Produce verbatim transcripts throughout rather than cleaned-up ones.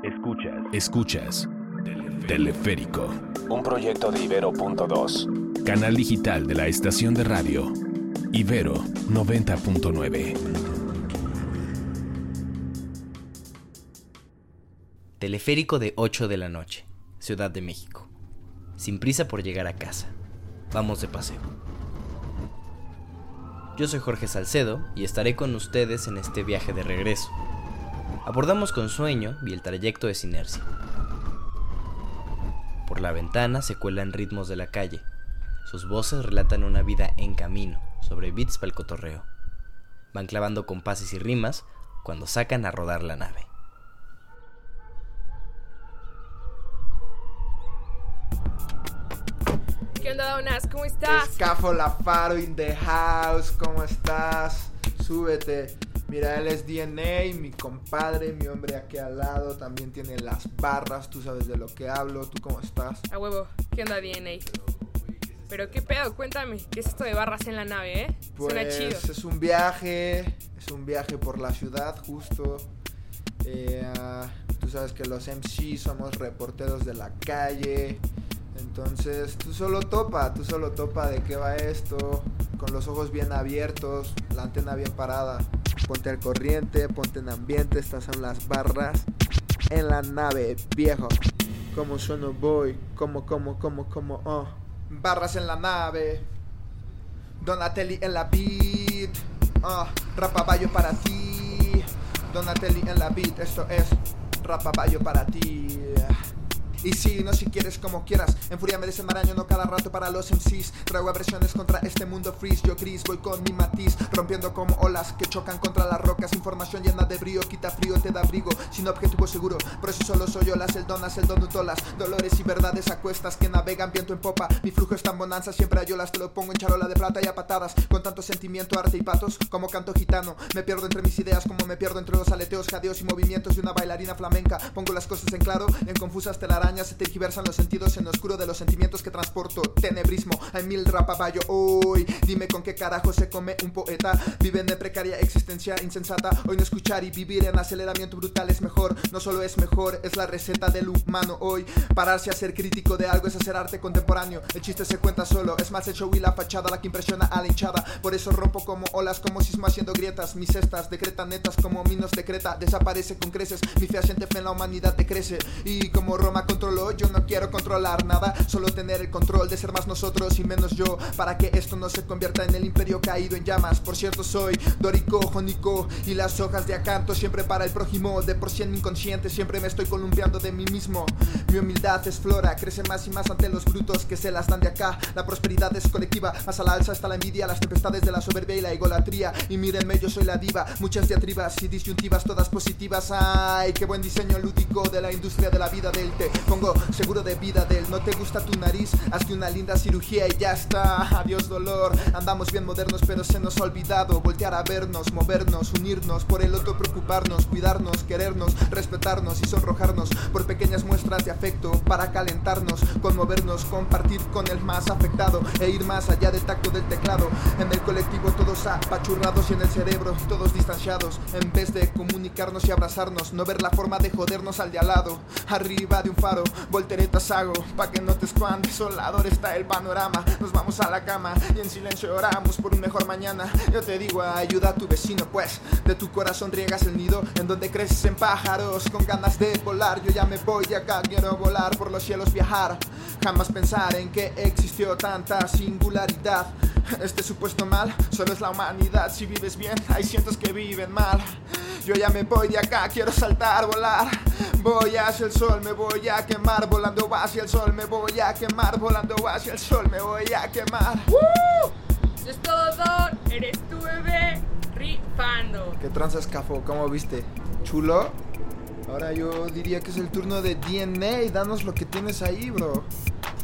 Escuchas. Escuchas. Teleférico. Un proyecto de Ibero punto dos. Canal digital de la estación de radio Ibero noventa punto nueve. Teleférico de ocho de la noche, Ciudad de México. Sin prisa por llegar a casa. Vamos de paseo. Yo soy Jorge Salcedo y estaré con ustedes en este viaje de regreso. Abordamos con sueño y el trayecto es inercia. Por la ventana se cuelan ritmos de la calle. Sus voces relatan una vida en camino, sobre beats para el cotorreo. Van clavando compases y rimas cuando sacan a rodar la nave. ¿Qué onda, Donas? ¿Cómo estás? Escafo Lafaro in the house, ¿cómo estás? Súbete. Mira, él es D N A, mi compadre, mi hombre aquí al lado, también tiene las barras, tú sabes de lo que hablo, ¿tú cómo estás? A huevo, ¿qué onda, D N A? Pero qué pedo, cuéntame, ¿qué es esto de barras en la nave, eh? Pues Suena chido. es un viaje, es un viaje por la ciudad, justo. Eh, uh, tú sabes que los M C somos reporteros de la calle. Entonces, tú solo topa, tú solo topa de qué va esto, con los ojos bien abiertos, la antena bien parada. Ponte al corriente, ponte en ambiente, estas son las barras en la nave, viejo. Como sueno voy, como, como, como, como, oh. Barras en la nave, Donatelli en la beat, oh. Rapaballo para ti, Donatelli en la beat, esto es Rapaballo para ti. Y sí, no si quieres como quieras, enfuriame de ese maraño, no cada rato para los M Cs. Traigo agresiones contra este mundo freeze, yo gris, voy con mi matiz, rompiendo como olas que chocan contra las rocas. Información llena de brío, quita frío, te da abrigo, sin objetivo seguro. Por eso solo soy olas, el donas, el donutolas, dolores y verdades a cuestas que navegan viento en popa. Mi flujo es tan bonanza, siempre hay olas, te lo pongo en charola de plata y a patadas. Con tanto sentimiento, arte y patos, como canto gitano. Me pierdo entre mis ideas, como me pierdo entre los aleteos, jadeos y movimientos de una bailarina flamenca. Pongo las cosas en claro, en confusas telarañas se tergiversan los sentidos en oscuro de los sentimientos que transporto. Tenebrismo, hay mil rapaballo hoy. Dime con qué carajo se come un poeta. Viven de precaria existencia insensata. Hoy no escuchar y vivir en aceleramiento brutal es mejor. No solo es mejor, es la receta del humano hoy. Pararse a ser crítico de algo es hacer arte contemporáneo. El chiste se cuenta solo, es más el show y la fachada la que impresiona a la hinchada. Por eso rompo como olas, como sismo haciendo grietas. Mis cestas decretan netas como minos de Creta. Desaparece con creces, mi fehaciente fe en la humanidad decrece. Y como Roma controló, yo no quiero controlar nada, solo tener el control de ser más nosotros y menos yo, para que esto no se convierta en el imperio caído en llamas. Por cierto soy dórico, jónico y las hojas de acanto siempre para el prójimo. De por sí en mi inconsciente siempre me estoy columpiando de mí mismo. Mi humildad es flora, crece más y más ante los brutos que se las dan de acá. La prosperidad es colectiva, más a la alza está la envidia, las tempestades de la soberbia y la egolatría. Y mírenme, yo soy la diva, muchas diatribas y disyuntivas todas positivas. Ay, qué buen diseño lúdico de la industria de la vida del té. Pongo seguro de vida del no te gusta tu nariz, hazte una linda cirugía y ya está. Adiós dolor, andamos bien modernos pero se nos ha olvidado voltear a vernos, movernos, unirnos, por el otro preocuparnos, cuidarnos, querernos, respetarnos y sonrojarnos por pequeñas muestras de afecto para calentarnos, conmovernos, compartir con el más afectado e ir más allá del tacto del teclado. En el colectivo todos apachurrados y en el cerebro todos distanciados, en vez de comunicarnos y abrazarnos, no ver la forma de jodernos al de al lado. Arriba de un faro volteretas hago, pa' que no te espantes, desolador está el panorama. Nos vamos a la cama y en silencio oramos por un mejor mañana. Yo te digo, ayuda a tu vecino, pues de tu corazón riegas el nido en donde creces en pájaros con ganas de volar. Yo ya me voy de acá, quiero volar por los cielos, viajar, jamás pensar en que existió tanta singularidad. Este supuesto mal solo es la humanidad. Si vives bien, hay cientos que viven mal. Yo ya me voy de acá, quiero saltar, volar. Voy hacia el sol, me voy a quemar. Volando hacia el sol, me voy a quemar. Volando hacia el sol, me voy a quemar. ¡Woo! Es todo, eres tu bebé rifando. ¿Qué tranza, Escafo? ¿Cómo viste? ¿Chulo? Ahora yo diría que es el turno de D N A. Danos lo que tienes ahí, bro.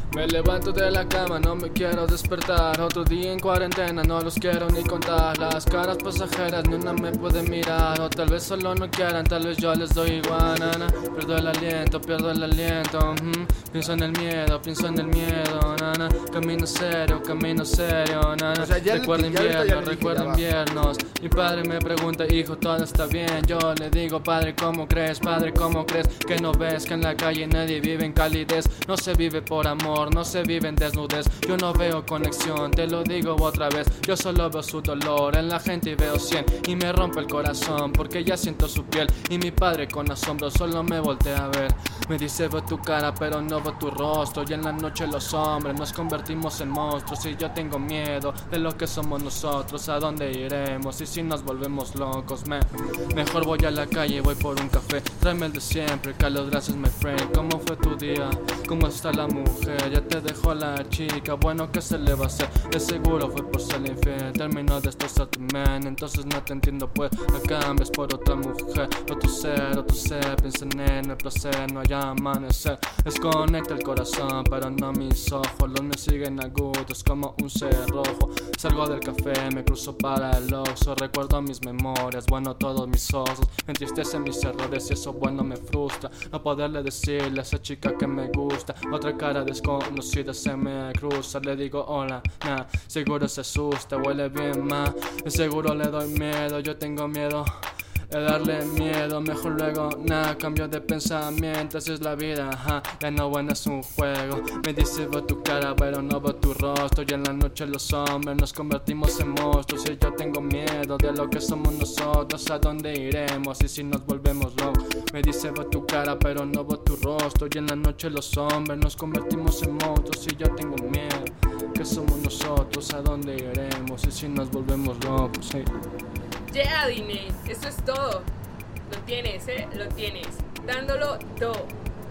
Me levanto de la cama, no me quiero despertar. Otro día en cuarentena, no los quiero ni contar. Las caras pasajeras, ni una me puede mirar. O tal vez solo no quieran, tal vez yo les doy igual, nana. Pierdo el aliento, pierdo el aliento. mm. Pienso en el miedo, pienso en el miedo, nana. Camino serio, camino serio, nana. O sea, ya le- Recuerdo ya ahorita ya invierno, le dije, recuerdo ya va. inviernos. Mi padre me pregunta, hijo, todo está bien. Yo le digo, padre, ¿cómo crees? Padre, ¿cómo crees? Que no ves que en la calle nadie vive en calidez. No se vive por amor, no se vive en desnudez. Yo no veo conexión, te lo digo otra vez. Yo solo veo su dolor en la gente y veo cien. Y me rompe el corazón porque ya siento su piel. Y mi padre con asombro solo me voltea a ver. Me dice, veo tu cara pero no veo tu rostro. Y en la noche los hombres nos convertimos en monstruos. Y yo tengo miedo de lo que somos nosotros. ¿A dónde iremos? Y si nos volvemos locos, me Mejor voy a la calle y voy por un café. Tráeme el de siempre, Carlos, gracias my friend. ¿Cómo fue tu día? ¿Cómo está la mujer? Ya te dejó la chica, bueno, ¿qué se le va a hacer? De seguro fue por ser infiel. Terminó de destrozar tu man, entonces no te entiendo, pues la cambias por otra mujer. Otro ser, otro ser, piensa en él, el placer, no hay amanecer. Desconecta el corazón, pero no mis ojos. Los me siguen agudos como un cerrojo. Salgo del café, me cruzo para el Oxxo. Recuerdo mis memorias, bueno, todos mis osos. Me entristecen mis errores y eso bueno me frustra. No poderle decirle a esa chica que me gusta. Otra cara desconocida se me cruza. Le digo hola, nah, seguro se asusta. Huele bien más, de seguro le doy miedo. Yo tengo miedo de darle miedo, mejor luego, nada, cambio de pensamiento, así es la vida, ajá, ya no bueno es un juego. Me dice veo tu cara pero no veo tu rostro. Y en la noche los hombres nos convertimos en monstruos. Y yo tengo miedo de lo que somos nosotros, a dónde iremos y si nos volvemos locos. Me dice veo tu cara pero no veo tu rostro. Y en la noche los hombres nos convertimos en monstruos. Y yo tengo miedo que somos nosotros, a dónde iremos y si nos volvemos locos, hey. Yeah, Dine, eso es todo. Lo tienes, eh, lo tienes. Dándolo todo.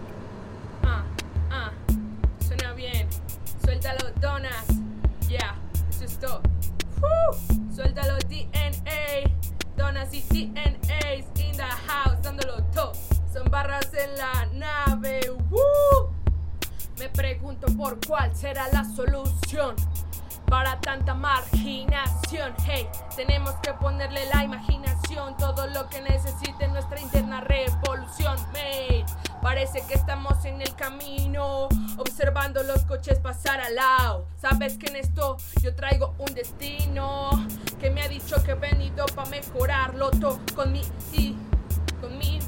Ah, ah, suena bien. Suéltalo, donas. Yeah, eso es todo. Woo. Suéltalo, D N A. Donas y D N As in the house. Dándolo todo. Son barras en la nave. Woo. Me pregunto por cuál será la solución para tanta marginación. Hey, tenemos que ponerle la imaginación, todo lo que necesite nuestra interna revolución. Mate, parece que estamos en el camino, observando los coches pasar al lado. Sabes que en esto yo traigo un destino que me ha dicho que he venido para mejorarlo todo con mi y con mi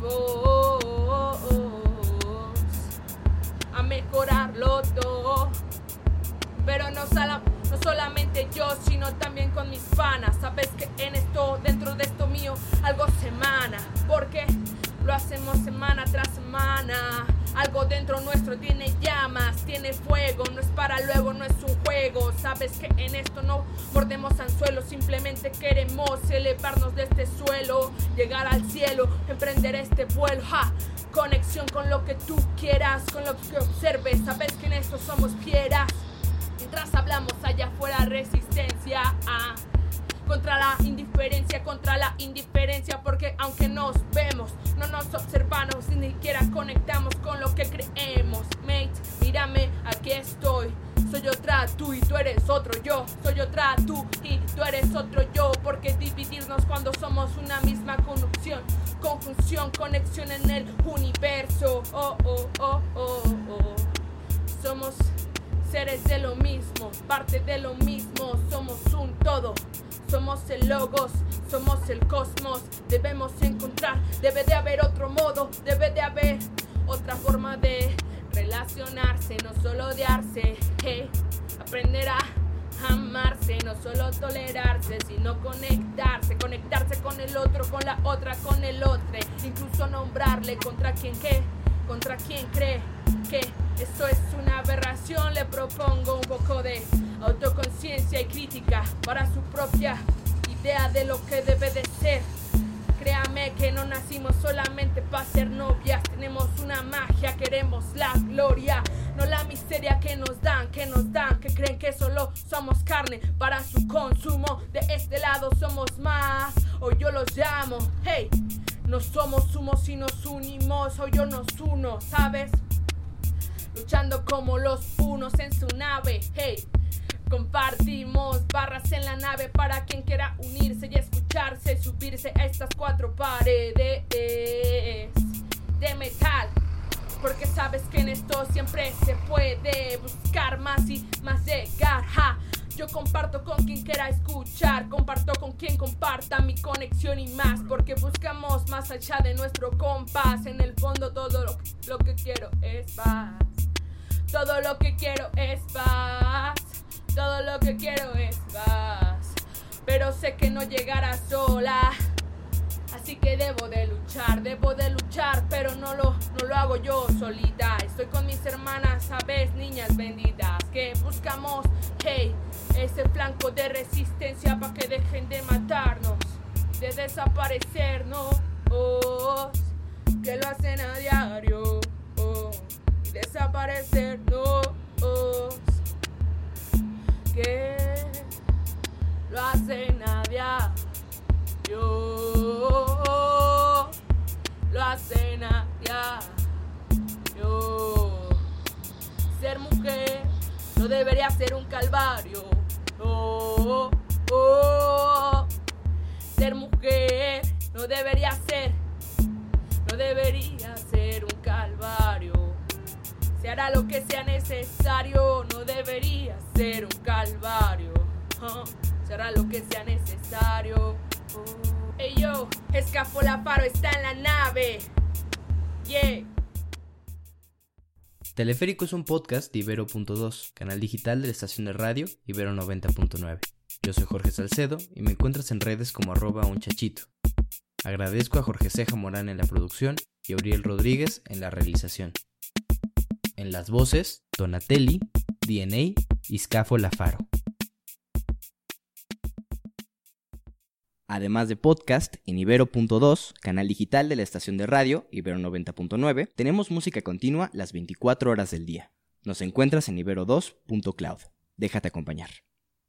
voz, a mejorarlo todo. Pero no, sala, no solamente yo, sino también con mis panas. Sabes que en esto, dentro de esto mío, algo se emana. Porque lo hacemos semana tras semana. Algo dentro nuestro tiene llamas, tiene fuego. No es para luego, no es un juego. Sabes que en esto no mordemos anzuelos. Simplemente queremos elevarnos de este suelo, llegar al cielo, emprender este vuelo. ¡Ja! Conexión con lo que tú quieras, con lo que observes. Sabes que en esto somos fieras. Mientras hablamos allá afuera resistencia ah, contra la indiferencia, contra la indiferencia. Porque aunque nos vemos, no nos observamos, ni siquiera conectamos con lo que creemos. Mate, mírame, aquí estoy. Soy otra tú y tú eres otro yo. Soy otra tú y tú eres otro yo. Porque dividirnos cuando somos una misma conjunción. Conjunción, conexión en el universo. Oh, oh, oh, oh, oh. Somos seres de lo mismo, parte de lo mismo, somos un todo, somos el logos, somos el cosmos, debemos encontrar, debe de haber otro modo, debe de haber otra forma de relacionarse, no solo odiarse, hey, aprender a amarse, no solo tolerarse, sino conectarse, conectarse con el otro, con la otra, con el otro, incluso nombrarle contra quien qué, contra quien cree que esto es una aberración. Le propongo un poco de autoconciencia y crítica para su propia idea de lo que debe de ser. Créame que no nacimos solamente para ser novias. Tenemos una magia, queremos la gloria, no la miseria que nos dan, que nos dan, que creen que solo somos carne para su consumo. De este lado somos más, o yo los llamo, hey, no somos humos si nos unimos, o yo nos uno, ¿sabes? luchando como los unos en su nave. Hey, compartimos barras en la nave para quien quiera unirse y escucharse, subirse a estas cuatro paredes de metal. Porque sabes que en esto siempre se puede buscar más y más llegar. Ja. Yo comparto con quien quiera escuchar, comparto con quien comparta mi conexión y más, porque buscamos más allá de nuestro compás. En el fondo todo lo, lo que quiero es paz. Todo lo que quiero es paz. Todo lo que quiero es paz. Pero sé que no llegará sola, así que debo de luchar, debo de luchar, pero no lo, no lo hago yo solita. Estoy con mis hermanas, sabes, niñas benditas, que buscamos, hey, ese flanco de resistencia para que dejen de matarnos, de desaparecernos, oh, que lo hacen a diario, oh, y desaparecernos, oh, que lo hacen a diario. Yo, lo hacen a diario. Ser mujer no debería ser un calvario. No, oh. Ser mujer no debería ser, no debería ser un calvario. Se hará lo que sea necesario, no debería ser un calvario. Oh. Se hará lo que sea necesario. Oh. Hey yo, Escafo La Faro está en la nave. Yeah. Teleférico es un podcast de Ibero punto dos, canal digital de la estación de radio Ibero noventa punto nueve. Yo soy Jorge Salcedo y me encuentras en redes como arroba un chachito. Agradezco a Jorge Ceja Morán en la producción y a Uriel Rodríguez en la realización. En las voces, Donatelli, D N A y Escafo La Faro. Además de podcast, en Ibero punto dos, canal digital de la estación de radio Ibero noventa punto nueve, tenemos música continua las veinticuatro horas del día. Nos encuentras en ibero dos punto cloud. Déjate acompañar.